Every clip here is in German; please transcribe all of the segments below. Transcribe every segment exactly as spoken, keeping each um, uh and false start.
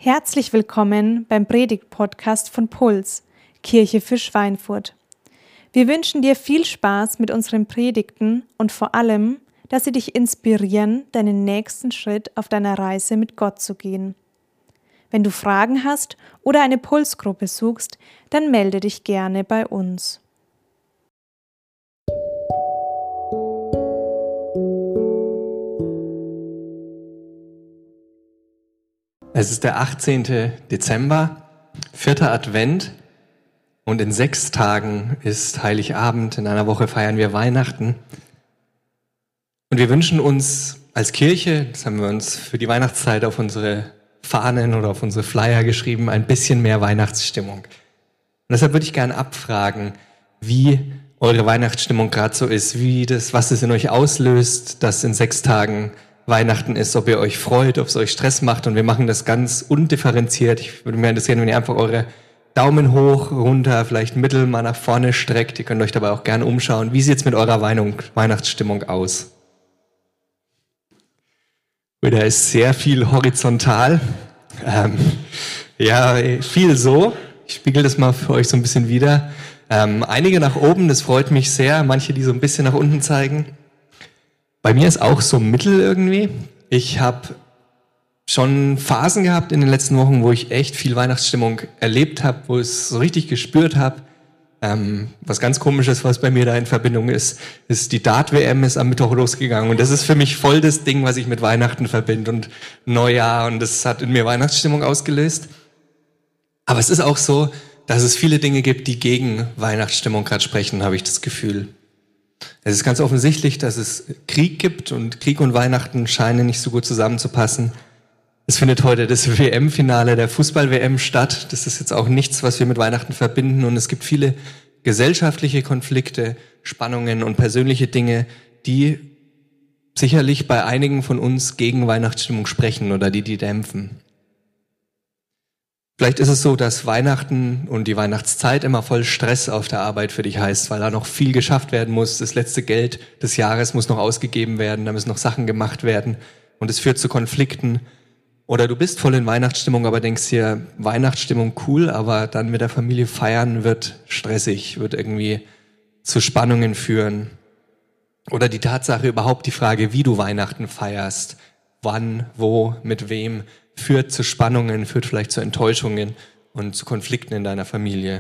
Herzlich willkommen beim Predigt-Podcast von Puls, Kirche für Schweinfurt. Wir wünschen dir viel Spaß mit unseren Predigten und vor allem, dass sie dich inspirieren, deinen nächsten Schritt auf deiner Reise mit Gott zu gehen. Wenn du Fragen hast oder eine Pulsgruppe suchst, dann melde dich gerne bei uns. Es ist der achtzehnte Dezember, vierter Advent, und in sechs Tagen ist Heiligabend. In einer Woche feiern wir Weihnachten. Und wir wünschen uns als Kirche, das haben wir uns für die Weihnachtszeit auf unsere Fahnen oder auf unsere Flyer geschrieben, ein bisschen mehr Weihnachtsstimmung. Und deshalb würde ich gerne abfragen, wie eure Weihnachtsstimmung gerade so ist, wie das, was es in euch auslöst, dass in sechs Tagen Weihnachten ist, ob ihr euch freut, ob es euch Stress macht, und wir machen das ganz undifferenziert. Ich würde mich interessieren, wenn ihr einfach eure Daumen hoch, runter, vielleicht mittel mal nach vorne streckt. Ihr könnt euch dabei auch gerne umschauen. Wie sieht es mit eurer Weihnachtsstimmung aus? Da ist sehr viel horizontal. Ähm, ja, viel so. Ich spiegel das mal für euch so ein bisschen wider. Ähm, einige nach oben, das freut mich sehr. Manche, die so ein bisschen nach unten zeigen. Bei mir ist auch so mittel irgendwie. Ich habe schon Phasen gehabt in den letzten Wochen, wo ich echt viel Weihnachtsstimmung erlebt habe, wo ich es so richtig gespürt habe. Ähm, was ganz Komisches, was bei mir da in Verbindung ist, ist die Dart-W M ist am Mittwoch losgegangen. Und das ist für mich voll das Ding, was ich mit Weihnachten verbinde und Neujahr. Und das hat in mir Weihnachtsstimmung ausgelöst. Aber es ist auch so, dass es viele Dinge gibt, die gegen Weihnachtsstimmung gerade sprechen, habe ich das Gefühl. Es ist ganz offensichtlich, dass es Krieg gibt, und Krieg und Weihnachten scheinen nicht so gut zusammenzupassen. Es findet heute das W M-Finale der Fußball-W M statt. Das ist jetzt auch nichts, was wir mit Weihnachten verbinden. Und es gibt viele gesellschaftliche Konflikte, Spannungen und persönliche Dinge, die sicherlich bei einigen von uns gegen Weihnachtsstimmung sprechen oder die die dämpfen. Vielleicht ist es so, dass Weihnachten und die Weihnachtszeit immer voll Stress auf der Arbeit für dich heißt, weil da noch viel geschafft werden muss. Das letzte Geld des Jahres muss noch ausgegeben werden, da müssen noch Sachen gemacht werden, und es führt zu Konflikten. Oder du bist voll in Weihnachtsstimmung, aber denkst dir, Weihnachtsstimmung cool, aber dann mit der Familie feiern wird stressig, wird irgendwie zu Spannungen führen. Oder die Tatsache überhaupt, die Frage, wie du Weihnachten feierst, wann, wo, mit wem, führt zu Spannungen, führt vielleicht zu Enttäuschungen und zu Konflikten in deiner Familie.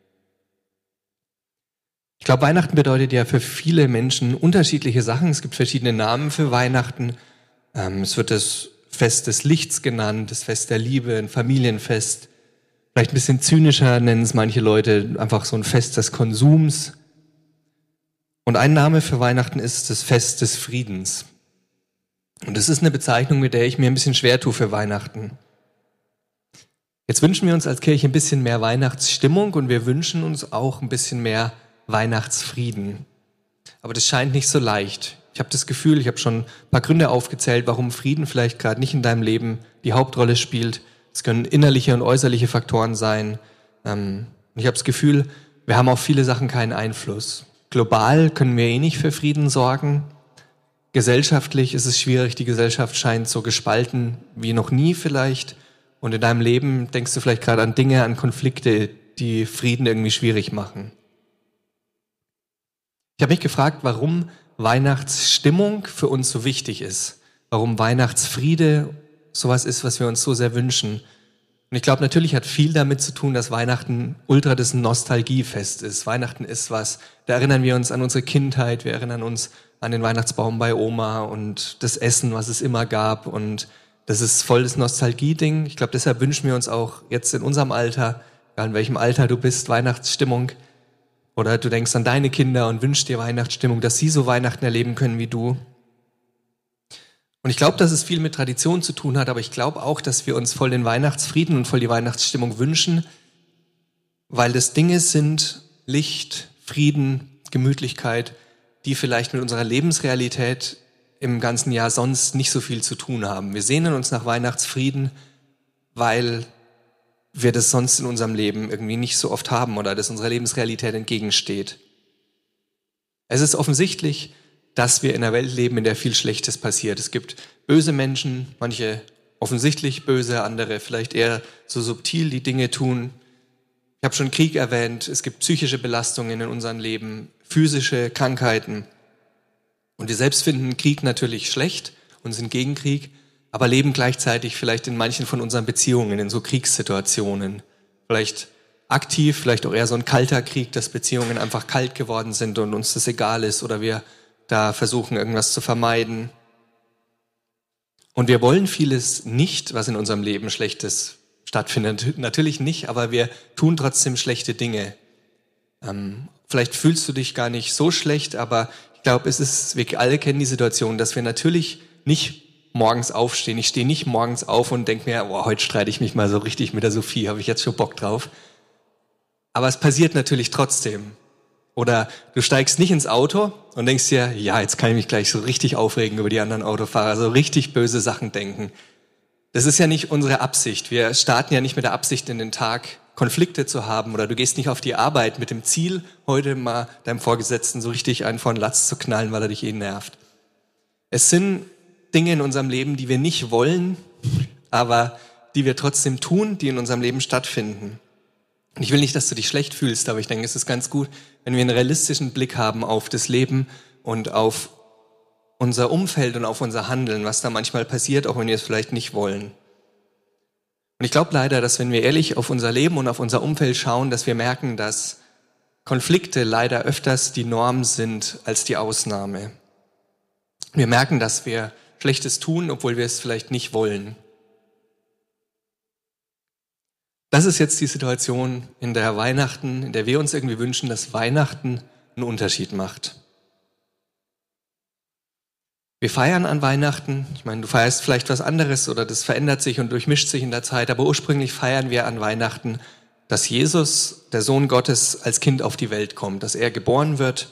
Ich glaube, Weihnachten bedeutet ja für viele Menschen unterschiedliche Sachen. Es gibt verschiedene Namen für Weihnachten. Ähm, es wird das Fest des Lichts genannt, das Fest der Liebe, ein Familienfest. Vielleicht ein bisschen zynischer nennen es manche Leute einfach so ein Fest des Konsums. Und ein Name für Weihnachten ist das Fest des Friedens. Und das ist eine Bezeichnung, mit der ich mir ein bisschen schwer tue für Weihnachten. Jetzt wünschen wir uns als Kirche ein bisschen mehr Weihnachtsstimmung, und wir wünschen uns auch ein bisschen mehr Weihnachtsfrieden. Aber das scheint nicht so leicht. Ich habe das Gefühl, ich habe schon ein paar Gründe aufgezählt, warum Frieden vielleicht gerade nicht in deinem Leben die Hauptrolle spielt. Es können innerliche und äußerliche Faktoren sein. Und ich habe das Gefühl, wir haben auf viele Sachen keinen Einfluss. Global können wir eh nicht für Frieden sorgen. Gesellschaftlich ist es schwierig, die Gesellschaft scheint so gespalten wie noch nie vielleicht. Und in deinem Leben denkst du vielleicht gerade an Dinge, an Konflikte, die Frieden irgendwie schwierig machen. Ich habe mich gefragt, warum Weihnachtsstimmung für uns so wichtig ist. Warum Weihnachtsfriede sowas ist, was wir uns so sehr wünschen. Und ich glaube, natürlich hat viel damit zu tun, dass Weihnachten ultra das Nostalgiefest ist. Weihnachten ist was, da erinnern wir uns an unsere Kindheit, wir erinnern uns an den Weihnachtsbaum bei Oma und das Essen, was es immer gab, und das ist voll das Nostalgie-Ding. Ich glaube, deshalb wünschen wir uns auch jetzt in unserem Alter, egal in welchem Alter du bist, Weihnachtsstimmung. Oder du denkst an deine Kinder und wünschst dir Weihnachtsstimmung, dass sie so Weihnachten erleben können wie du. Und ich glaube, dass es viel mit Tradition zu tun hat, aber ich glaube auch, dass wir uns voll den Weihnachtsfrieden und voll die Weihnachtsstimmung wünschen, weil das Dinge sind, Licht, Frieden, Gemütlichkeit, die vielleicht mit unserer Lebensrealität im ganzen Jahr sonst nicht so viel zu tun haben. Wir sehnen uns nach Weihnachtsfrieden, weil wir das sonst in unserem Leben irgendwie nicht so oft haben oder das unserer Lebensrealität entgegensteht. Es ist offensichtlich, dass wir in einer Welt leben, in der viel Schlechtes passiert. Es gibt böse Menschen, manche offensichtlich böse, andere vielleicht eher so subtil die Dinge tun. Ich habe schon Krieg erwähnt, es gibt psychische Belastungen in unserem Leben, physische Krankheiten. Und wir selbst finden Krieg natürlich schlecht und sind gegen Krieg, aber leben gleichzeitig vielleicht in manchen von unseren Beziehungen, in so Kriegssituationen. Vielleicht aktiv, vielleicht auch eher so ein kalter Krieg, dass Beziehungen einfach kalt geworden sind und uns das egal ist oder wir da versuchen, irgendwas zu vermeiden. Und wir wollen vieles nicht, was in unserem Leben Schlechtes stattfindet. Natürlich nicht, aber wir tun trotzdem schlechte Dinge. Ähm, vielleicht fühlst du dich gar nicht so schlecht, aber ich glaube, es ist, wir alle kennen die Situation, dass wir natürlich nicht morgens aufstehen. Ich stehe nicht morgens auf und denke mir, oh, heute streite ich mich mal so richtig mit der Sophie, habe ich jetzt schon Bock drauf. Aber es passiert natürlich trotzdem. Oder du steigst nicht ins Auto und denkst dir, ja, jetzt kann ich mich gleich so richtig aufregen über die anderen Autofahrer, so richtig böse Sachen denken. Das ist ja nicht unsere Absicht. Wir starten ja nicht mit der Absicht in den Tag, Konflikte zu haben, oder du gehst nicht auf die Arbeit mit dem Ziel, heute mal deinem Vorgesetzten so richtig einen vor den Latz zu knallen, weil er dich eh nervt. Es sind Dinge in unserem Leben, die wir nicht wollen, aber die wir trotzdem tun, die in unserem Leben stattfinden. Und ich will nicht, dass du dich schlecht fühlst, aber ich denke, es ist ganz gut, wenn wir einen realistischen Blick haben auf das Leben und auf unser Umfeld und auf unser Handeln, was da manchmal passiert, auch wenn wir es vielleicht nicht wollen. Und ich glaube leider, dass wenn wir ehrlich auf unser Leben und auf unser Umfeld schauen, dass wir merken, dass Konflikte leider öfters die Norm sind als die Ausnahme. Wir merken, dass wir Schlechtes tun, obwohl wir es vielleicht nicht wollen. Das ist jetzt die Situation in der Weihnachten, in der wir uns irgendwie wünschen, dass Weihnachten einen Unterschied macht. Wir feiern an Weihnachten, ich meine, du feierst vielleicht was anderes oder das verändert sich und durchmischt sich in der Zeit, aber ursprünglich feiern wir an Weihnachten, dass Jesus, der Sohn Gottes, als Kind auf die Welt kommt, dass er geboren wird.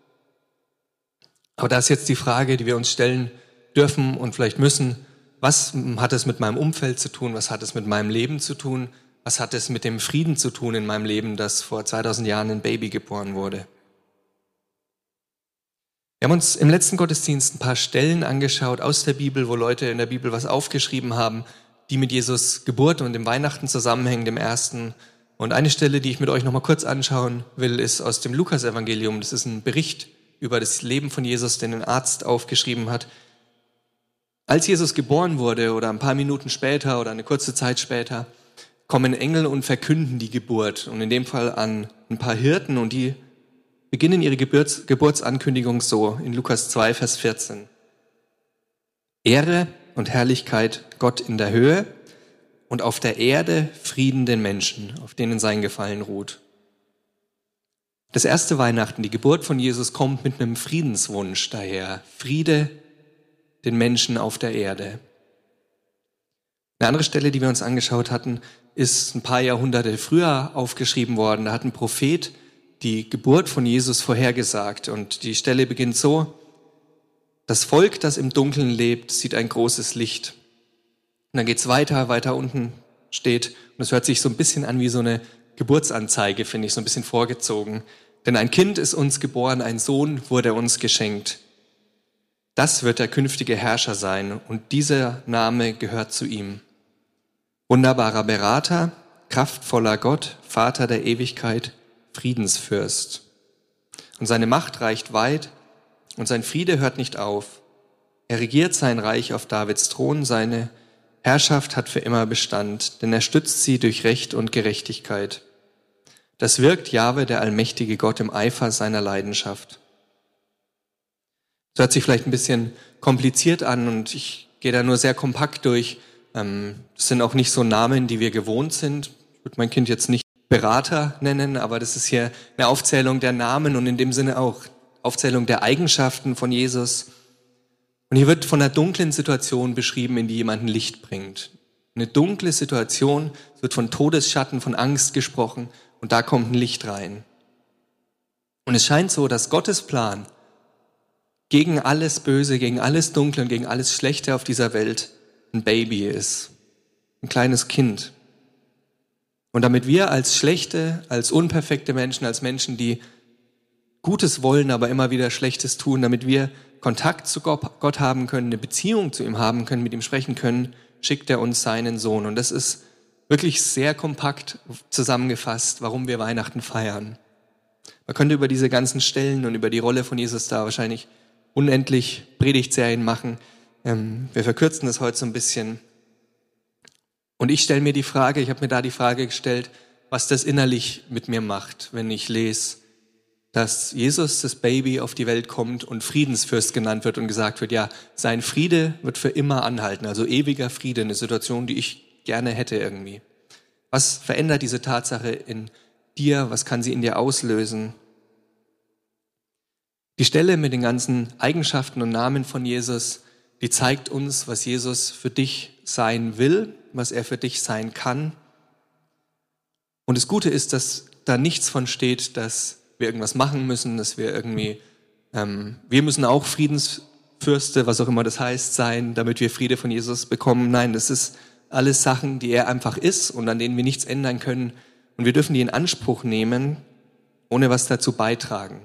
Aber da ist jetzt die Frage, die wir uns stellen dürfen und vielleicht müssen, was hat es mit meinem Umfeld zu tun, was hat es mit meinem Leben zu tun, was hat es mit dem Frieden zu tun in meinem Leben, dass vor zweitausend Jahren ein Baby geboren wurde. Wir haben uns im letzten Gottesdienst ein paar Stellen angeschaut aus der Bibel, wo Leute in der Bibel was aufgeschrieben haben, die mit Jesus Geburt und dem Weihnachten zusammenhängen, dem ersten. Und eine Stelle, die ich mit euch noch mal kurz anschauen will, ist aus dem Lukas-Evangelium. Das ist ein Bericht über das Leben von Jesus, den ein Arzt aufgeschrieben hat. Als Jesus geboren wurde oder ein paar Minuten später oder eine kurze Zeit später, kommen Engel und verkünden die Geburt. Und in dem Fall an ein paar Hirten, und die beginnen ihre Geburts- Geburtsankündigung so in Lukas zwei, Vers vierzehn. Ehre und Herrlichkeit Gott in der Höhe und auf der Erde Frieden den Menschen, auf denen sein Gefallen ruht. Das erste Weihnachten, die Geburt von Jesus, kommt mit einem Friedenswunsch daher. Friede den Menschen auf der Erde. Eine andere Stelle, die wir uns angeschaut hatten, ist ein paar Jahrhunderte früher aufgeschrieben worden. Da hat ein Prophet die Geburt von Jesus vorhergesagt. Und die Stelle beginnt so: Das Volk, das im Dunkeln lebt, sieht ein großes Licht. Und dann geht's weiter, weiter unten steht, und es hört sich so ein bisschen an wie so eine Geburtsanzeige, finde ich, so ein bisschen vorgezogen. Denn ein Kind ist uns geboren, ein Sohn wurde uns geschenkt. Das wird der künftige Herrscher sein, und dieser Name gehört zu ihm. Wunderbarer Berater, kraftvoller Gott, Vater der Ewigkeit, Friedensfürst. Und seine Macht reicht weit, und sein Friede hört nicht auf. Er regiert sein Reich auf Davids Thron, seine Herrschaft hat für immer Bestand, denn er stützt sie durch Recht und Gerechtigkeit. Das wirkt Jahwe, der allmächtige Gott, im Eifer seiner Leidenschaft. Das hört sich vielleicht ein bisschen kompliziert an, und ich gehe da nur sehr kompakt durch. Das sind auch nicht so Namen, die wir gewohnt sind. Ich würde mein Kind jetzt nicht Berater nennen, aber das ist hier eine Aufzählung der Namen und in dem Sinne auch Aufzählung der Eigenschaften von Jesus. Und hier wird von einer dunklen Situation beschrieben, in die jemanden Licht bringt. Eine dunkle Situation, es wird von Todesschatten, von Angst gesprochen, und da kommt ein Licht rein. Und es scheint so, dass Gottes Plan gegen alles Böse, gegen alles Dunkle und gegen alles Schlechte auf dieser Welt ein Baby ist. Ein kleines Kind. Und damit wir als schlechte, als unperfekte Menschen, als Menschen, die Gutes wollen, aber immer wieder Schlechtes tun, damit wir Kontakt zu Gott haben können, eine Beziehung zu ihm haben können, mit ihm sprechen können, schickt er uns seinen Sohn. Und das ist wirklich sehr kompakt zusammengefasst, warum wir Weihnachten feiern. Man könnte über diese ganzen Stellen und über die Rolle von Jesus da wahrscheinlich unendlich Predigtserien machen. Ähm, wir verkürzen das heute so ein bisschen. Und ich stelle mir die Frage, ich habe mir da die Frage gestellt, was das innerlich mit mir macht, wenn ich lese, dass Jesus, das Baby, auf die Welt kommt und Friedensfürst genannt wird und gesagt wird, ja, sein Friede wird für immer anhalten, also ewiger Friede, eine Situation, die ich gerne hätte irgendwie. Was verändert diese Tatsache in dir? Was kann sie in dir auslösen? Die Stelle mit den ganzen Eigenschaften und Namen von Jesus, die zeigt uns, was Jesus für dich sein will, was er für dich sein kann. Und das Gute ist, dass da nichts von steht, dass wir irgendwas machen müssen, dass wir irgendwie, ähm, wir müssen auch Friedensfürste, was auch immer das heißt, sein, damit wir Friede von Jesus bekommen. Nein, das ist alles Sachen, die er einfach ist und an denen wir nichts ändern können. Und wir dürfen die in Anspruch nehmen, ohne was dazu beitragen.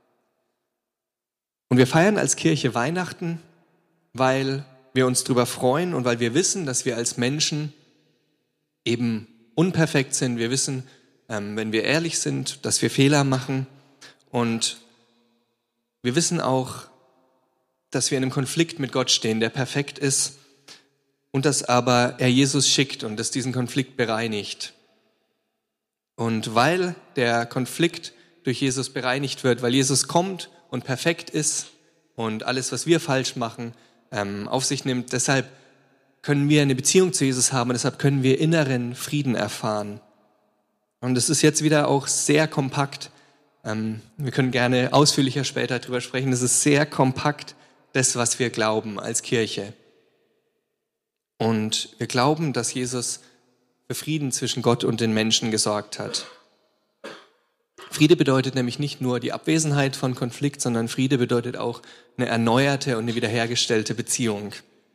Und wir feiern als Kirche Weihnachten, weil wir uns darüber freuen und weil wir wissen, dass wir als Menschen eben unperfekt sind. Wir wissen, ähm, wenn wir ehrlich sind, dass wir Fehler machen. Und wir wissen auch, dass wir in einem Konflikt mit Gott stehen, der perfekt ist und dass aber er Jesus schickt und dass diesen Konflikt bereinigt. Und weil der Konflikt durch Jesus bereinigt wird, weil Jesus kommt und perfekt ist und alles, was wir falsch machen, ähm, auf sich nimmt, deshalb können wir eine Beziehung zu Jesus haben und deshalb können wir inneren Frieden erfahren. Und es ist jetzt wieder auch sehr kompakt. Ähm, wir können gerne ausführlicher später darüber sprechen. Es ist sehr kompakt, das, was wir glauben als Kirche. Und wir glauben, dass Jesus für Frieden zwischen Gott und den Menschen gesorgt hat. Friede bedeutet nämlich nicht nur die Abwesenheit von Konflikt, sondern Friede bedeutet auch eine erneuerte und eine wiederhergestellte Beziehung.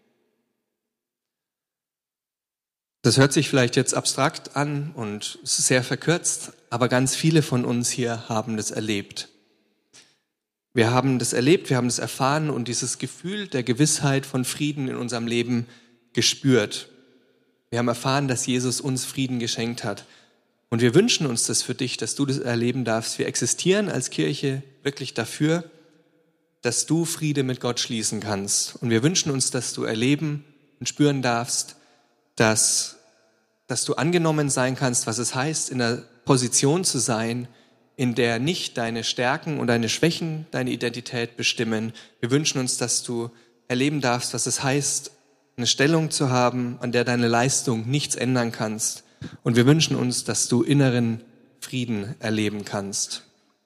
Das hört sich vielleicht jetzt abstrakt an und es ist sehr verkürzt, aber ganz viele von uns hier haben das erlebt. Wir haben das erlebt, wir haben das erfahren und dieses Gefühl der Gewissheit von Frieden in unserem Leben gespürt. Wir haben erfahren, dass Jesus uns Frieden geschenkt hat. Und wir wünschen uns das für dich, dass du das erleben darfst. Wir existieren als Kirche wirklich dafür, dass du Friede mit Gott schließen kannst. Und wir wünschen uns, dass du erleben und spüren darfst, dass, dass du angenommen sein kannst, was es heißt, in einer Position zu sein, in der nicht deine Stärken und deine Schwächen deine Identität bestimmen. Wir wünschen uns, dass du erleben darfst, was es heißt, eine Stellung zu haben, an der deine Leistung nichts ändern kannst. Und wir wünschen uns, dass du inneren Frieden erleben kannst.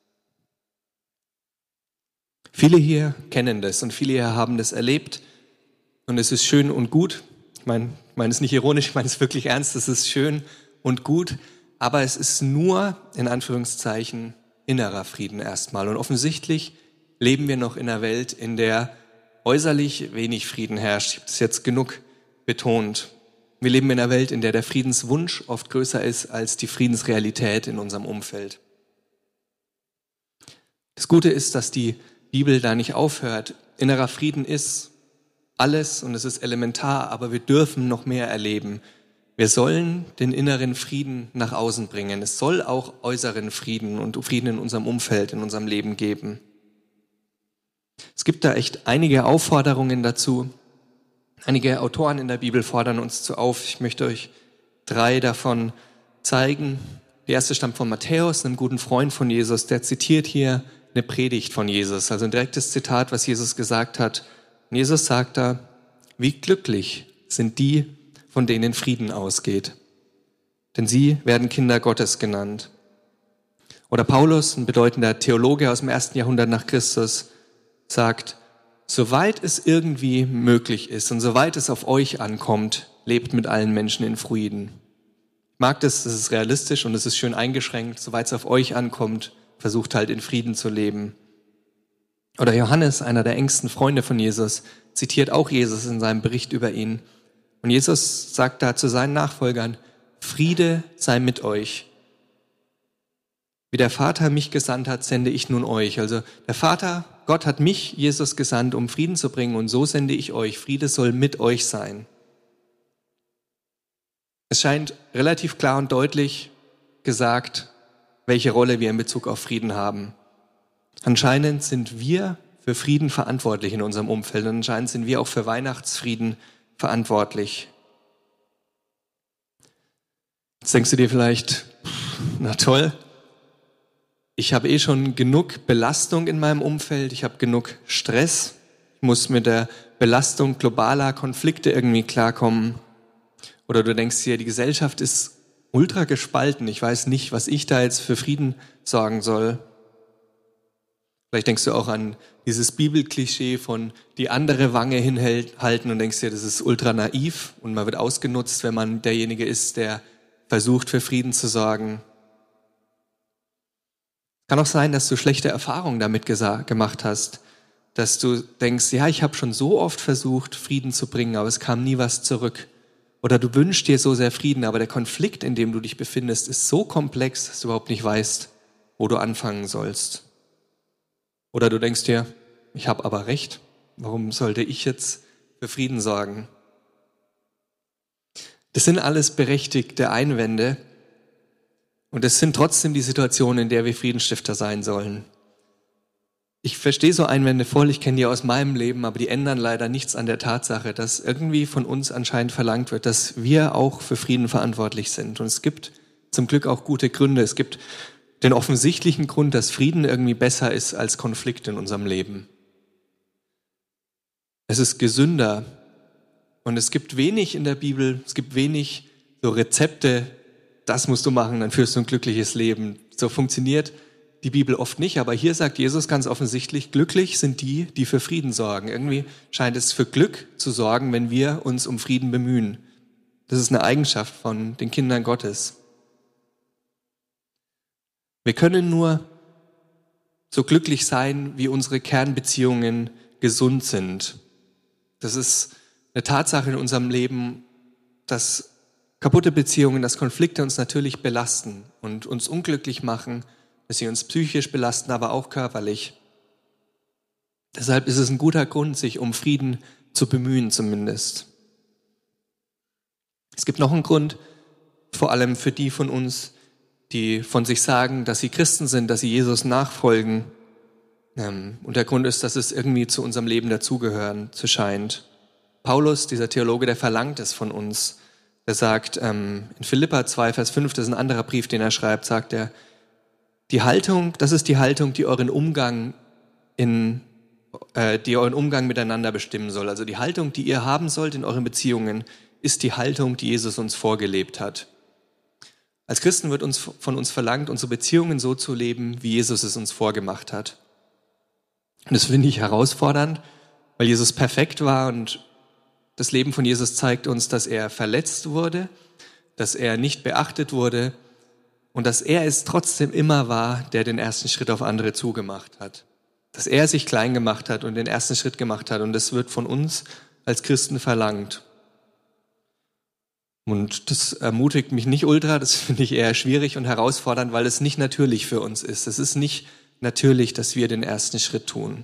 Viele hier kennen das und viele hier haben das erlebt. Und es ist schön und gut. Ich meine, ich meine es nicht ironisch, ich meine es wirklich ernst. Es ist schön und gut. Aber es ist nur, in Anführungszeichen, innerer Frieden erstmal. Und offensichtlich leben wir noch in einer Welt, in der äußerlich wenig Frieden herrscht. Ich habe das jetzt genug betont. Wir leben in einer Welt, in der der Friedenswunsch oft größer ist als die Friedensrealität in unserem Umfeld. Das Gute ist, dass die Bibel da nicht aufhört. Innerer Frieden ist alles und es ist elementar, aber wir dürfen noch mehr erleben. Wir sollen den inneren Frieden nach außen bringen. Es soll auch äußeren Frieden und Frieden in unserem Umfeld, in unserem Leben geben. Es gibt da echt einige Aufforderungen dazu. Einige Autoren in der Bibel fordern uns zu auf. Ich möchte euch drei davon zeigen. Der erste stammt von Matthäus, einem guten Freund von Jesus. Der zitiert hier eine Predigt von Jesus, also ein direktes Zitat, was Jesus gesagt hat. Und Jesus sagt da, wie glücklich sind die, von denen Frieden ausgeht. Denn sie werden Kinder Gottes genannt. Oder Paulus, ein bedeutender Theologe aus dem ersten Jahrhundert nach Christus, sagt, soweit es irgendwie möglich ist und soweit es auf euch ankommt, lebt mit allen Menschen in Frieden. Ich mag das, das ist realistisch und es ist schön eingeschränkt. Soweit es auf euch ankommt, versucht halt in Frieden zu leben. Oder Johannes, einer der engsten Freunde von Jesus, zitiert auch Jesus in seinem Bericht über ihn. Und Jesus sagt da zu seinen Nachfolgern, Friede sei mit euch. Wie der Vater mich gesandt hat, sende ich nun euch. Also der Vater, Gott hat mich, Jesus, gesandt, um Frieden zu bringen und so sende ich euch. Friede soll mit euch sein. Es scheint relativ klar und deutlich gesagt, welche Rolle wir in Bezug auf Frieden haben. Anscheinend sind wir für Frieden verantwortlich in unserem Umfeld und anscheinend sind wir auch für Weihnachtsfrieden verantwortlich. Jetzt denkst du dir vielleicht, na toll, ich habe eh schon genug Belastung in meinem Umfeld, ich habe genug Stress, ich muss mit der Belastung globaler Konflikte irgendwie klarkommen. Oder du denkst dir, die Gesellschaft ist ultra gespalten, ich weiß nicht, was ich da jetzt für Frieden sorgen soll. Vielleicht denkst du auch an dieses Bibelklischee von die andere Wange hinhalten und denkst dir, das ist ultra naiv und man wird ausgenutzt, wenn man derjenige ist, der versucht, für Frieden zu sorgen. Kann auch sein, dass du schlechte Erfahrungen damit gesa- gemacht hast, dass du denkst, ja, ich habe schon so oft versucht, Frieden zu bringen, aber es kam nie was zurück. Oder du wünschst dir so sehr Frieden, aber der Konflikt, in dem du dich befindest, ist so komplex, dass du überhaupt nicht weißt, wo du anfangen sollst. Oder du denkst dir, ich habe aber recht, warum sollte ich jetzt für Frieden sorgen? Das sind alles berechtigte Einwände und es sind trotzdem die Situationen, in der wir Friedensstifter sein sollen. Ich verstehe so Einwände voll, ich kenne die aus meinem Leben, aber die ändern leider nichts an der Tatsache, dass irgendwie von uns anscheinend verlangt wird, dass wir auch für Frieden verantwortlich sind. Und es gibt zum Glück auch gute Gründe. Es gibt den offensichtlichen Grund, dass Frieden irgendwie besser ist als Konflikt in unserem Leben. Es ist gesünder und es gibt wenig in der Bibel, es gibt wenig so Rezepte, das musst du machen, dann führst du ein glückliches Leben. So funktioniert die Bibel oft nicht, aber hier sagt Jesus ganz offensichtlich, glücklich sind die, die für Frieden sorgen. Irgendwie scheint es für Glück zu sorgen, wenn wir uns um Frieden bemühen. Das ist eine Eigenschaft von den Kindern Gottes. Wir können nur so glücklich sein, wie unsere Kernbeziehungen gesund sind. Das ist eine Tatsache in unserem Leben, dass kaputte Beziehungen, dass Konflikte uns natürlich belasten und uns unglücklich machen, dass sie uns psychisch belasten, aber auch körperlich. Deshalb ist es ein guter Grund, sich um Frieden zu bemühen zumindest. Es gibt noch einen Grund, vor allem für die von uns, die von sich sagen, dass sie Christen sind, dass sie Jesus nachfolgen. Und der Grund ist, dass es irgendwie zu unserem Leben dazugehören zu scheint. Paulus, dieser Theologe, der verlangt es von uns. Er sagt in Philipper zwei, Vers fünf, das ist ein anderer Brief, den er schreibt, sagt er, die Haltung, das ist die Haltung, die euren Umgang in, äh, die euren Umgang miteinander bestimmen soll. Also die Haltung, die ihr haben sollt in euren Beziehungen, ist die Haltung, die Jesus uns vorgelebt hat. Als Christen wird uns von uns verlangt, unsere Beziehungen so zu leben, wie Jesus es uns vorgemacht hat. Und das finde ich herausfordernd, weil Jesus perfekt war und das Leben von Jesus zeigt uns, dass er verletzt wurde, dass er nicht beachtet wurde und dass er es trotzdem immer war, der den ersten Schritt auf andere zugemacht hat. Dass er sich klein gemacht hat und den ersten Schritt gemacht hat und das wird von uns als Christen verlangt. Und das ermutigt mich nicht ultra, das finde ich eher schwierig und herausfordernd, weil es nicht natürlich für uns ist. Es ist nicht natürlich, dass wir den ersten Schritt tun.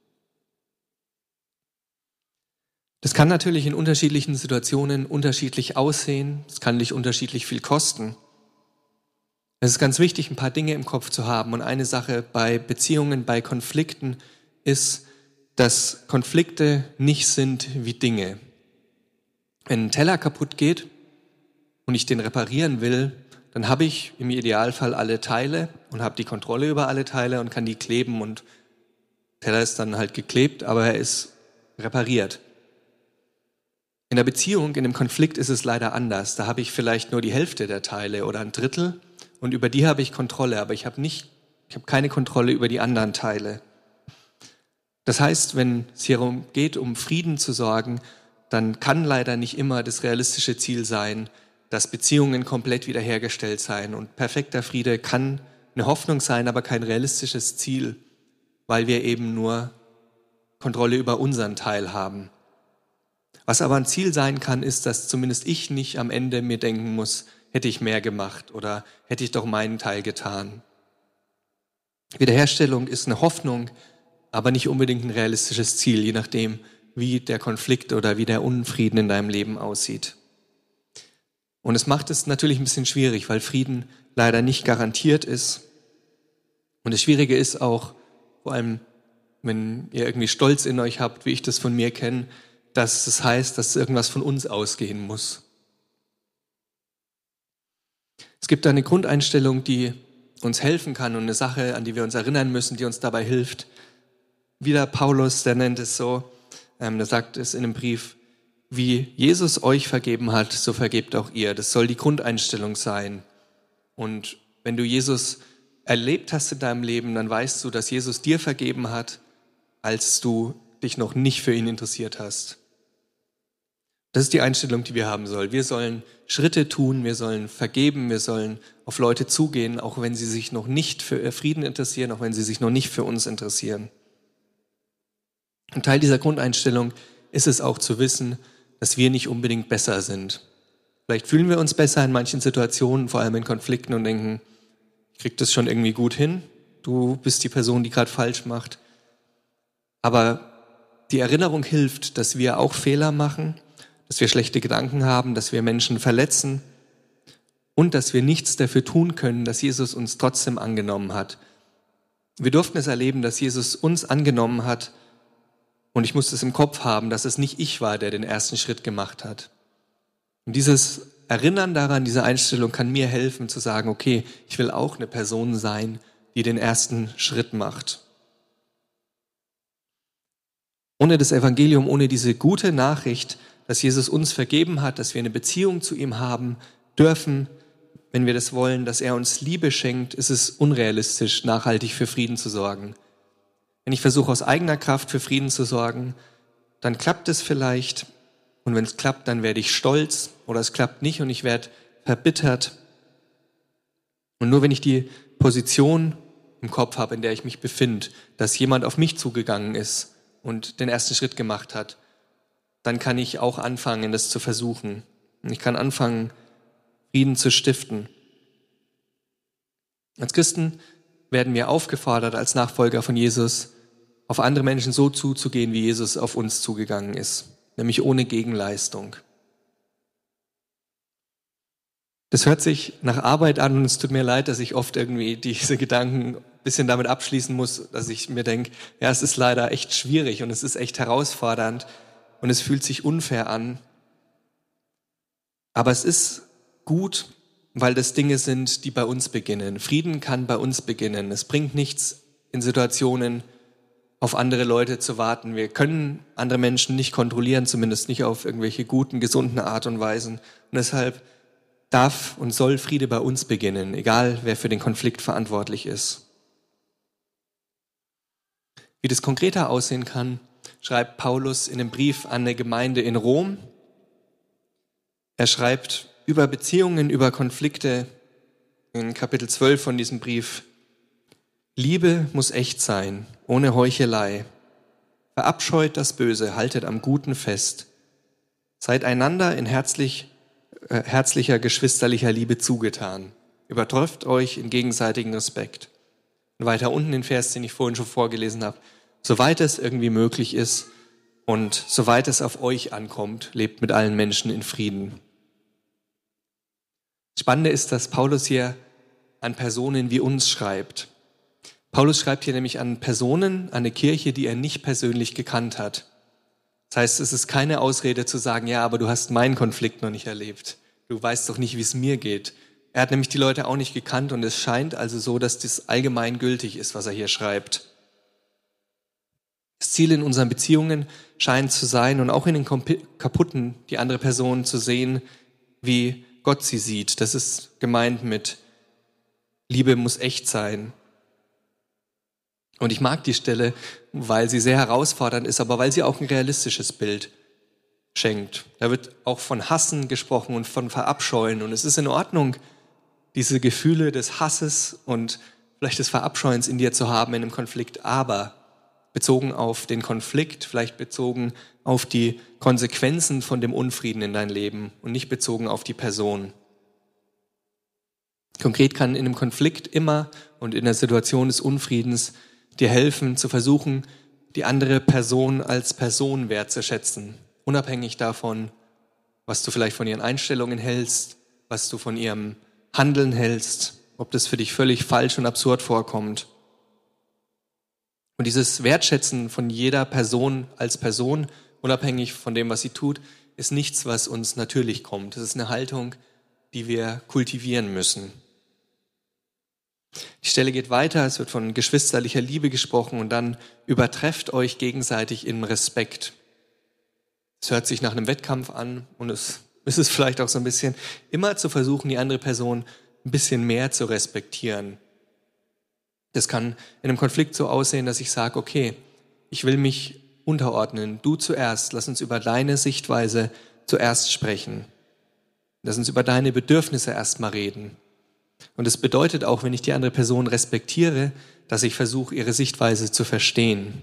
Das kann natürlich in unterschiedlichen Situationen unterschiedlich aussehen. Es kann dich unterschiedlich viel kosten. Es ist ganz wichtig, ein paar Dinge im Kopf zu haben. Und eine Sache bei Beziehungen, bei Konflikten ist, dass Konflikte nicht sind wie Dinge. Wenn ein Teller kaputt geht und ich den reparieren will, dann habe ich im Idealfall alle Teile und habe die Kontrolle über alle Teile und kann die kleben und der Teller ist dann halt geklebt, aber er ist repariert. In der Beziehung, in dem Konflikt ist es leider anders. Da habe ich vielleicht nur die Hälfte der Teile oder ein Drittel und über die habe ich Kontrolle, aber ich habe nicht, ich habe keine Kontrolle über die anderen Teile. Das heißt, wenn es hier darum geht, um Frieden zu sorgen, dann kann leider nicht immer das realistische Ziel sein, dass Beziehungen komplett wiederhergestellt seien. Und perfekter Friede kann eine Hoffnung sein, aber kein realistisches Ziel, weil wir eben nur Kontrolle über unseren Teil haben. Was aber ein Ziel sein kann, ist, dass zumindest ich nicht am Ende mir denken muss, hätte ich mehr gemacht oder hätte ich doch meinen Teil getan. Wiederherstellung ist eine Hoffnung, aber nicht unbedingt ein realistisches Ziel, je nachdem, wie der Konflikt oder wie der Unfrieden in deinem Leben aussieht. Und es macht es natürlich ein bisschen schwierig, weil Frieden leider nicht garantiert ist. Und das Schwierige ist auch, vor allem wenn ihr irgendwie Stolz in euch habt, wie ich das von mir kenne, dass es heißt, dass irgendwas von uns ausgehen muss. Es gibt eine Grundeinstellung, die uns helfen kann und eine Sache, an die wir uns erinnern müssen, die uns dabei hilft. Wieder Paulus, der nennt es so, ähm, der sagt es in einem Brief, wie Jesus euch vergeben hat, so vergebt auch ihr. Das soll die Grundeinstellung sein. Und wenn du Jesus erlebt hast in deinem Leben, dann weißt du, dass Jesus dir vergeben hat, als du dich noch nicht für ihn interessiert hast. Das ist die Einstellung, die wir haben sollen. Wir sollen Schritte tun, wir sollen vergeben, wir sollen auf Leute zugehen, auch wenn sie sich noch nicht für Frieden interessieren, auch wenn sie sich noch nicht für uns interessieren. Und Teil dieser Grundeinstellung ist es auch zu wissen, dass wir nicht unbedingt besser sind. Vielleicht fühlen wir uns besser in manchen Situationen, vor allem in Konflikten und denken, ich krieg das schon irgendwie gut hin, du bist die Person, die gerade falsch macht. Aber die Erinnerung hilft, dass wir auch Fehler machen, dass wir schlechte Gedanken haben, dass wir Menschen verletzen und dass wir nichts dafür tun können, dass Jesus uns trotzdem angenommen hat. Wir durften es erleben, dass Jesus uns angenommen hat und ich musste es im Kopf haben, dass es nicht ich war, der den ersten Schritt gemacht hat. Und dieses Erinnern daran, diese Einstellung kann mir helfen zu sagen, okay, ich will auch eine Person sein, die den ersten Schritt macht. Ohne das Evangelium, ohne diese gute Nachricht, dass Jesus uns vergeben hat, dass wir eine Beziehung zu ihm haben dürfen, wenn wir das wollen, dass er uns Liebe schenkt, ist es unrealistisch, nachhaltig für Frieden zu sorgen. Wenn ich versuche, aus eigener Kraft für Frieden zu sorgen, dann klappt es vielleicht. Und wenn es klappt, dann werde ich stolz oder es klappt nicht und ich werde verbittert. Und nur wenn ich die Position im Kopf habe, in der ich mich befinde, dass jemand auf mich zugegangen ist und den ersten Schritt gemacht hat, dann kann ich auch anfangen, das zu versuchen. Und ich kann anfangen, Frieden zu stiften. Als Christen werden wir aufgefordert, als Nachfolger von Jesus, auf andere Menschen so zuzugehen, wie Jesus auf uns zugegangen ist, nämlich ohne Gegenleistung. Das hört sich nach Arbeit an und es tut mir leid, dass ich oft irgendwie diese Gedanken ein bisschen damit abschließen muss, dass ich mir denke, ja, es ist leider echt schwierig und es ist echt herausfordernd und es fühlt sich unfair an. Aber es ist gut, weil das Dinge sind, die bei uns beginnen. Frieden kann bei uns beginnen. Es bringt nichts, in Situationen auf andere Leute zu warten. Wir können andere Menschen nicht kontrollieren, zumindest nicht auf irgendwelche guten, gesunden Art und Weisen. Und deshalb darf und soll Friede bei uns beginnen, egal wer für den Konflikt verantwortlich ist. Wie das konkreter aussehen kann, schreibt Paulus in einem Brief an eine Gemeinde in Rom. Er schreibt über Beziehungen, über Konflikte in Kapitel zwölf von diesem Brief: Liebe muss echt sein, ohne Heuchelei. Verabscheut das Böse, haltet am Guten fest. Seid einander in herzlich, äh, herzlicher, geschwisterlicher Liebe zugetan. Übertrefft euch in gegenseitigen Respekt. Und weiter unten den Vers, den ich vorhin schon vorgelesen habe. Soweit es irgendwie möglich ist und soweit es auf euch ankommt, lebt mit allen Menschen in Frieden. Das Spannende ist, dass Paulus hier an Personen wie uns schreibt. Paulus schreibt hier nämlich an Personen, an eine Kirche, die er nicht persönlich gekannt hat. Das heißt, es ist keine Ausrede zu sagen, ja, aber du hast meinen Konflikt noch nicht erlebt. Du weißt doch nicht, wie es mir geht. Er hat nämlich die Leute auch nicht gekannt und es scheint also so, dass das allgemein gültig ist, was er hier schreibt. Das Ziel in unseren Beziehungen scheint zu sein und auch in den kaputten, die andere Person zu sehen, wie Gott sie sieht. Das ist gemeint mit Liebe muss echt sein. Und ich mag die Stelle, weil sie sehr herausfordernd ist, aber weil sie auch ein realistisches Bild schenkt. Da wird auch von Hassen gesprochen und von Verabscheuen. Und es ist in Ordnung, diese Gefühle des Hasses und vielleicht des Verabscheuens in dir zu haben in einem Konflikt, aber bezogen auf den Konflikt, vielleicht bezogen auf die Konsequenzen von dem Unfrieden in dein Leben und nicht bezogen auf die Person. Konkret kann in einem Konflikt immer und in der Situation des Unfriedens dir helfen, zu versuchen, die andere Person als Person wertzuschätzen, unabhängig davon, was du vielleicht von ihren Einstellungen hältst, was du von ihrem Handeln hältst, ob das für dich völlig falsch und absurd vorkommt. Und dieses Wertschätzen von jeder Person als Person, unabhängig von dem, was sie tut, ist nichts, was uns natürlich kommt. Das ist eine Haltung, die wir kultivieren müssen. Die Stelle geht weiter, es wird von geschwisterlicher Liebe gesprochen und dann übertrefft euch gegenseitig im Respekt. Es hört sich nach einem Wettkampf an und es ist es vielleicht auch so ein bisschen, immer zu versuchen, die andere Person ein bisschen mehr zu respektieren. Das kann in einem Konflikt so aussehen, dass ich sage, okay, ich will mich unterordnen, du zuerst, lass uns über deine Sichtweise zuerst sprechen. Lass uns über deine Bedürfnisse erstmal reden. Und es bedeutet auch, wenn ich die andere Person respektiere, dass ich versuche, ihre Sichtweise zu verstehen.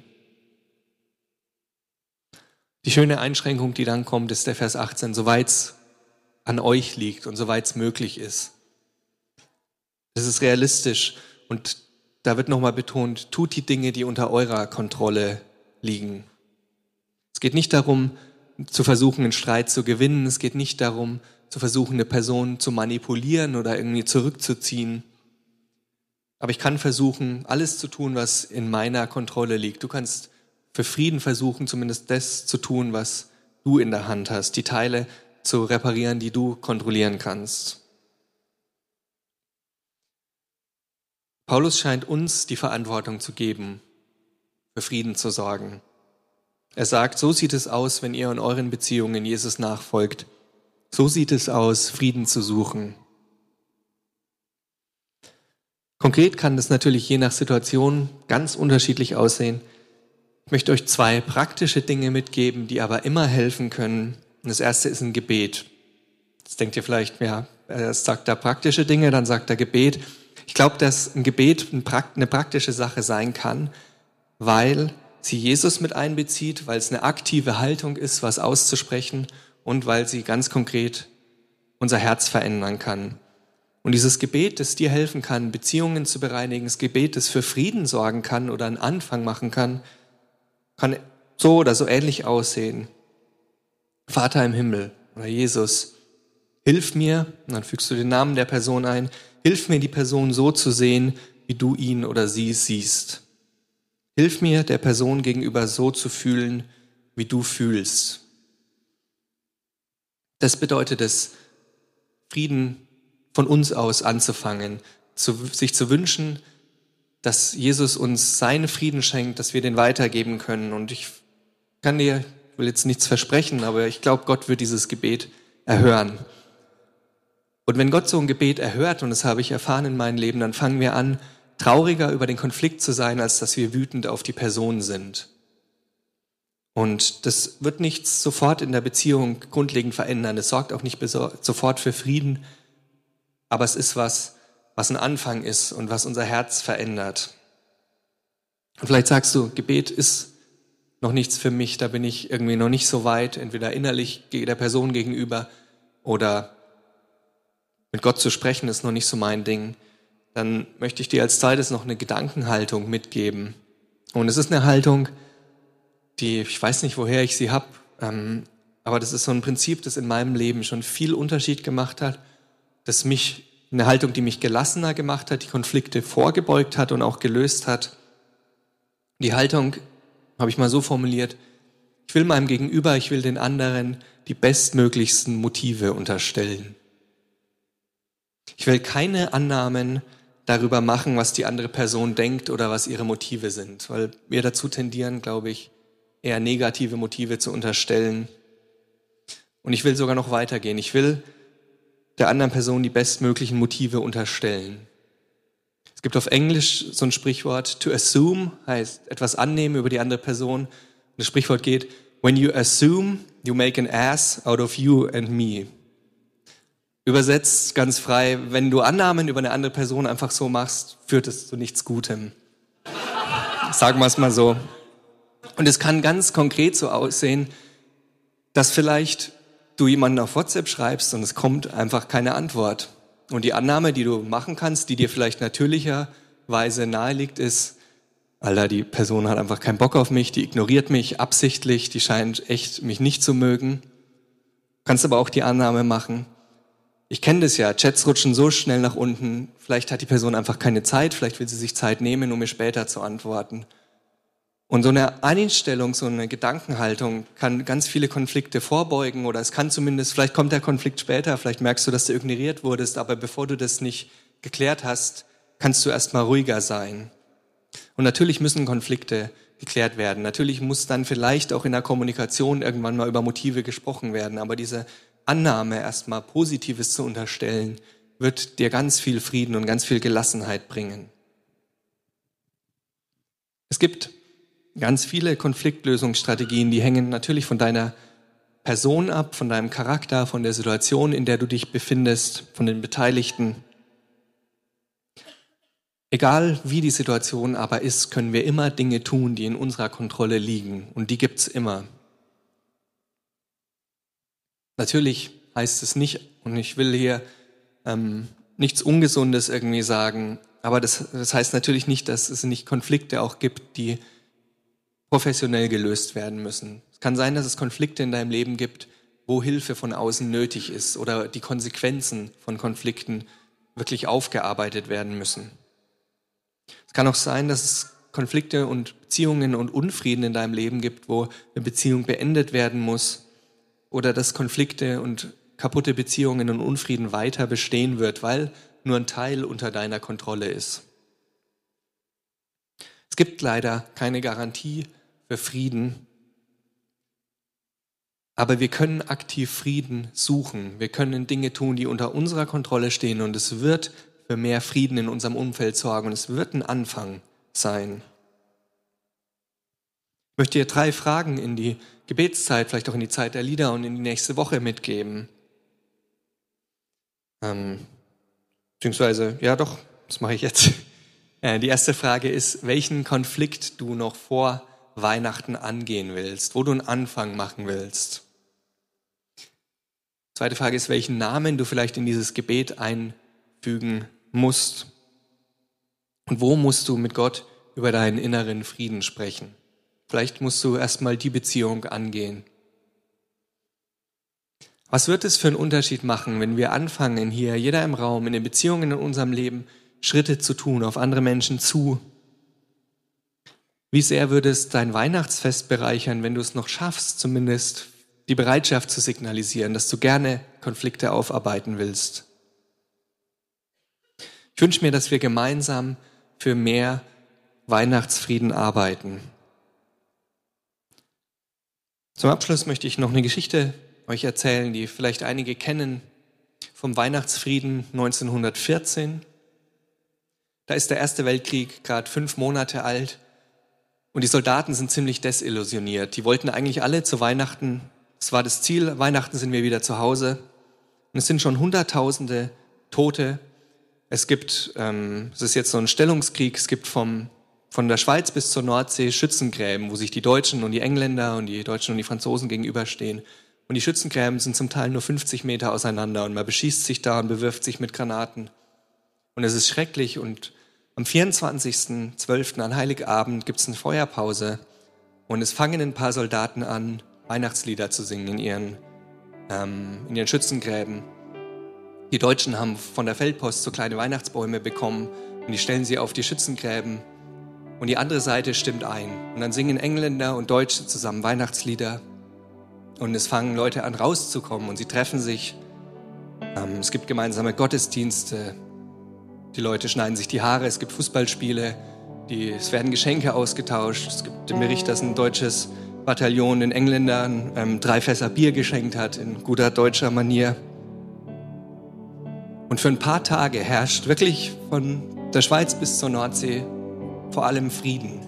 Die schöne Einschränkung, die dann kommt, ist der Vers achtzehn, soweit es an euch liegt und soweit es möglich ist. Das ist realistisch und da wird nochmal betont, tut die Dinge, die unter eurer Kontrolle liegen. Es geht nicht darum, zu versuchen, einen Streit zu gewinnen. Es geht nicht darum, zu versuchen, eine Person zu manipulieren oder irgendwie zurückzuziehen. Aber ich kann versuchen, alles zu tun, was in meiner Kontrolle liegt. Du kannst für Frieden versuchen, zumindest das zu tun, was du in der Hand hast, die Teile zu reparieren, die du kontrollieren kannst. Paulus scheint uns die Verantwortung zu geben, für Frieden zu sorgen. Er sagt, so sieht es aus, wenn ihr in euren Beziehungen Jesus nachfolgt. So sieht es aus, Frieden zu suchen. Konkret kann das natürlich je nach Situation ganz unterschiedlich aussehen. Ich möchte euch zwei praktische Dinge mitgeben, die aber immer helfen können. Und das erste ist ein Gebet. Jetzt denkt ihr vielleicht, ja, er sagt da praktische Dinge, dann sagt er Gebet. Ich glaube, dass ein Gebet eine praktische Sache sein kann, weil sie Jesus mit einbezieht, weil es eine aktive Haltung ist, was auszusprechen und weil sie ganz konkret unser Herz verändern kann. Und dieses Gebet, das dir helfen kann, Beziehungen zu bereinigen, das Gebet, das für Frieden sorgen kann oder einen Anfang machen kann, kann so oder so ähnlich aussehen. Vater im Himmel oder Jesus, hilf mir, und dann fügst du den Namen der Person ein, hilf mir, die Person so zu sehen, wie du ihn oder sie siehst. Hilf mir, der Person gegenüber so zu fühlen, wie du fühlst. Das bedeutet es, Frieden von uns aus anzufangen, zu, sich zu wünschen, dass Jesus uns seinen Frieden schenkt, dass wir den weitergeben können. Und ich kann dir, ich will jetzt nichts versprechen, aber ich glaube, Gott wird dieses Gebet erhören. Und wenn Gott so ein Gebet erhört, und das habe ich erfahren in meinem Leben, dann fangen wir an, trauriger über den Konflikt zu sein, als dass wir wütend auf die Person sind. Und das wird nichts sofort in der Beziehung grundlegend verändern. Es sorgt auch nicht sofort für Frieden, aber es ist was, was ein Anfang ist und was unser Herz verändert. Und vielleicht sagst du, Gebet ist noch nichts für mich, da bin ich irgendwie noch nicht so weit, entweder innerlich der Person gegenüber oder mit Gott zu sprechen ist noch nicht so mein Ding. Dann möchte ich dir als zweites noch eine Gedankenhaltung mitgeben. Und es ist eine Haltung, die, ich weiß nicht, woher ich sie habe, ähm, aber das ist so ein Prinzip, das in meinem Leben schon viel Unterschied gemacht hat, das mich, eine Haltung, die mich gelassener gemacht hat, die Konflikte vorgebeugt hat und auch gelöst hat. Die Haltung habe ich mal so formuliert, ich will meinem Gegenüber, ich will den anderen die bestmöglichsten Motive unterstellen. Ich will keine Annahmen darüber machen, was die andere Person denkt oder was ihre Motive sind, weil wir dazu tendieren, glaube ich, eher negative Motive zu unterstellen. Und ich will sogar noch weitergehen. Ich will der anderen Person die bestmöglichen Motive unterstellen. Es gibt auf Englisch so ein Sprichwort, to assume heißt etwas annehmen über die andere Person. Und das Sprichwort geht, when you assume, you make an ass out of you and me. Übersetzt ganz frei, wenn du Annahmen über eine andere Person einfach so machst, führt es zu nichts Gutem. Sagen wir es mal so. Und es kann ganz konkret so aussehen, dass vielleicht du jemanden auf WhatsApp schreibst und es kommt einfach keine Antwort. Und die Annahme, die du machen kannst, die dir vielleicht natürlicherweise nahe liegt, ist, Alter, die Person hat einfach keinen Bock auf mich, die ignoriert mich absichtlich, die scheint echt mich nicht zu mögen. Du kannst aber auch die Annahme machen, Ich kenne das ja, Chats rutschen so schnell nach unten, vielleicht hat die Person einfach keine Zeit, vielleicht will sie sich Zeit nehmen, um mir später zu antworten. Und so eine Einstellung, so eine Gedankenhaltung kann ganz viele Konflikte vorbeugen oder es kann zumindest, vielleicht kommt der Konflikt später, vielleicht merkst du, dass du ignoriert wurdest, aber bevor du das nicht geklärt hast, kannst du erstmal ruhiger sein. Und natürlich müssen Konflikte geklärt werden. Natürlich muss dann vielleicht auch in der Kommunikation irgendwann mal über Motive gesprochen werden, aber diese Annahme, erstmal Positives zu unterstellen, wird dir ganz viel Frieden und ganz viel Gelassenheit bringen. Es gibt ganz viele Konfliktlösungsstrategien, die hängen natürlich von deiner Person ab, von deinem Charakter, von der Situation, in der du dich befindest, von den Beteiligten. Egal wie die Situation aber ist, können wir immer Dinge tun, die in unserer Kontrolle liegen. Und die gibt's immer. Natürlich heißt es nicht, und ich will hier ähm, nichts Ungesundes irgendwie sagen, aber das, das heißt natürlich nicht, dass es nicht Konflikte auch gibt, die professionell gelöst werden müssen. Es kann sein, dass es Konflikte in deinem Leben gibt, wo Hilfe von außen nötig ist oder die Konsequenzen von Konflikten wirklich aufgearbeitet werden müssen. Es kann auch sein, dass es Konflikte und Beziehungen und Unfrieden in deinem Leben gibt, wo eine Beziehung beendet werden muss oder dass Konflikte und kaputte Beziehungen und Unfrieden weiter bestehen wird, weil nur ein Teil unter deiner Kontrolle ist. Es gibt leider keine Garantie für Frieden, aber wir können aktiv Frieden suchen. Wir können Dinge tun, die unter unserer Kontrolle stehen und es wird für mehr Frieden in unserem Umfeld sorgen und es wird ein Anfang sein. Ich möchte dir drei Fragen in die Gebetszeit, vielleicht auch in die Zeit der Lieder und in die nächste Woche mitgeben. Ähm, beziehungsweise, ja doch, das mache ich jetzt. Äh, die erste Frage ist, welchen Konflikt du noch vor Weihnachten angehen willst, wo du einen Anfang machen willst. Zweite Frage ist, welchen Namen du vielleicht in dieses Gebet einfügen musst. Und wo musst du mit Gott über deinen inneren Frieden sprechen? Vielleicht musst du erstmal die Beziehung angehen. Was wird es für einen Unterschied machen, wenn wir anfangen, hier, jeder im Raum, in den Beziehungen in unserem Leben, Schritte zu tun, auf andere Menschen zu? Wie sehr würde es dein Weihnachtsfest bereichern, wenn du es noch schaffst, zumindest die Bereitschaft zu signalisieren, dass du gerne Konflikte aufarbeiten willst? Ich wünsche mir, dass wir gemeinsam für mehr Weihnachtsfrieden arbeiten. Zum Abschluss möchte ich noch eine Geschichte euch erzählen, die vielleicht einige kennen, vom Weihnachtsfrieden neunzehnhundertvierzehn. Da ist der Erste Weltkrieg gerade fünf Monate alt und die Soldaten sind ziemlich desillusioniert. Die wollten eigentlich alle zu Weihnachten, es war das Ziel, Weihnachten sind wir wieder zu Hause. Und es sind schon Hunderttausende Tote. Es gibt, ähm, es ist jetzt so ein Stellungskrieg, es gibt vom, von der Schweiz bis zur Nordsee Schützengräben, wo sich die Deutschen und die Engländer und die Deutschen und die Franzosen gegenüberstehen. Und die Schützengräben sind zum Teil nur fünfzig Meter auseinander und man beschießt sich da und bewirft sich mit Granaten. Und es ist schrecklich und am vierundzwanzigsten zwölften an Heiligabend gibt es eine Feuerpause und es fangen ein paar Soldaten an, Weihnachtslieder zu singen in ihren, ähm, in ihren Schützengräben. Die Deutschen haben von der Feldpost so kleine Weihnachtsbäume bekommen und die stellen sie auf die Schützengräben und die andere Seite stimmt ein. Und dann singen Engländer und Deutsche zusammen Weihnachtslieder und es fangen Leute an rauszukommen und sie treffen sich. Ähm, es gibt gemeinsame Gottesdienste. Die Leute schneiden sich die Haare, es gibt Fußballspiele, die, es werden Geschenke ausgetauscht. Es gibt den Bericht, dass ein deutsches Bataillon den Engländern ähm, drei Fässer Bier geschenkt hat, in guter deutscher Manier. Und für ein paar Tage herrscht wirklich von der Schweiz bis zur Nordsee vor allem Frieden.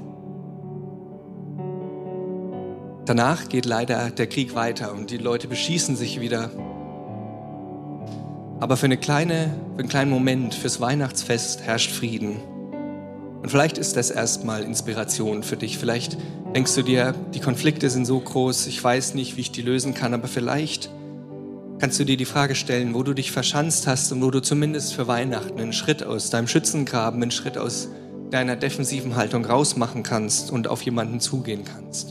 Danach geht leider der Krieg weiter und die Leute beschießen sich wieder. Aber für, eine kleine, für einen kleinen Moment, fürs Weihnachtsfest herrscht Frieden. Und vielleicht ist das erstmal Inspiration für dich. Vielleicht denkst du dir, die Konflikte sind so groß, ich weiß nicht, wie ich die lösen kann, aber vielleicht kannst du dir die Frage stellen, wo du dich verschanzt hast und wo du zumindest für Weihnachten einen Schritt aus deinem Schützengraben, einen Schritt aus deiner defensiven Haltung rausmachen kannst und auf jemanden zugehen kannst.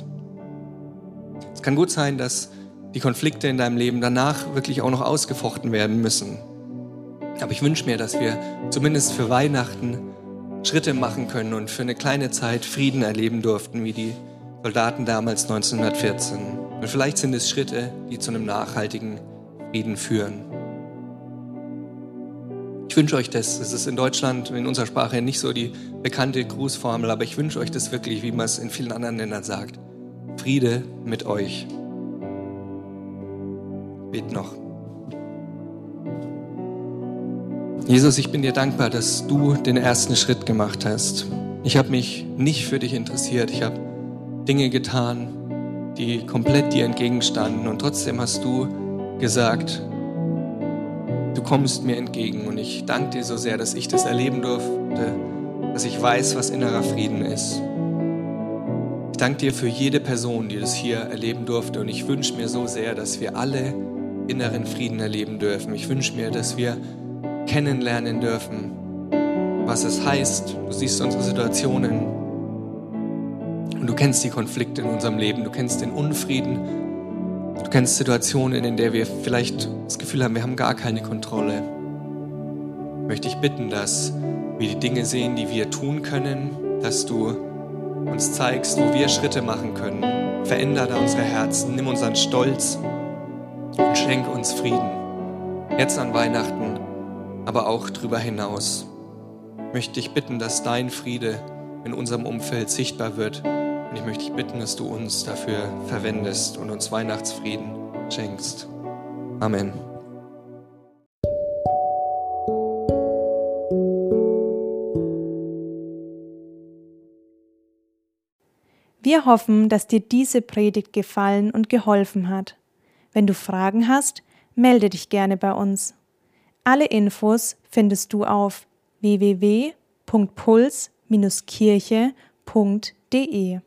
Es kann gut sein, dass die Konflikte in deinem Leben danach wirklich auch noch ausgefochten werden müssen. Aber ich wünsche mir, dass wir zumindest für Weihnachten Schritte machen können und für eine kleine Zeit Frieden erleben durften, wie die Soldaten damals neunzehnhundertvierzehn. Und vielleicht sind es Schritte, die zu einem nachhaltigen Frieden führen. Ich wünsche euch das. Es ist in Deutschland, in unserer Sprache nicht so die bekannte Grußformel, aber ich wünsche euch das wirklich, wie man es in vielen anderen Ländern sagt. Friede mit euch. Bet noch. Jesus, ich bin dir dankbar, dass du den ersten Schritt gemacht hast. Ich habe mich nicht für dich interessiert. Ich habe Dinge getan, die komplett dir entgegenstanden. Und trotzdem hast du gesagt, du kommst mir entgegen. Und ich danke dir so sehr, dass ich das erleben durfte, dass ich weiß, was innerer Frieden ist. Ich danke dir für jede Person, die das hier erleben durfte. Und ich wünsche mir so sehr, dass wir alle inneren Frieden erleben dürfen. Ich wünsche mir, dass wir kennenlernen dürfen, was es heißt. Du siehst unsere Situationen und du kennst die Konflikte in unserem Leben. Du kennst den Unfrieden. Du kennst Situationen, in der wir vielleicht das Gefühl haben, wir haben gar keine Kontrolle. Ich möchte dich bitten, dass wir die Dinge sehen, die wir tun können, dass du uns zeigst, wo wir Schritte machen können. Veränder da unsere Herzen, nimm unseren Stolz und schenk uns Frieden. Jetzt an Weihnachten, aber auch darüber hinaus. Ich möchte dich bitten, dass dein Friede in unserem Umfeld sichtbar wird. Und ich möchte dich bitten, dass du uns dafür verwendest und uns Weihnachtsfrieden schenkst. Amen. Wir hoffen, dass dir diese Predigt gefallen und geholfen hat. Wenn du Fragen hast, melde dich gerne bei uns. Alle Infos findest du auf w w w punkt puls Bindestrich kirche punkt d e.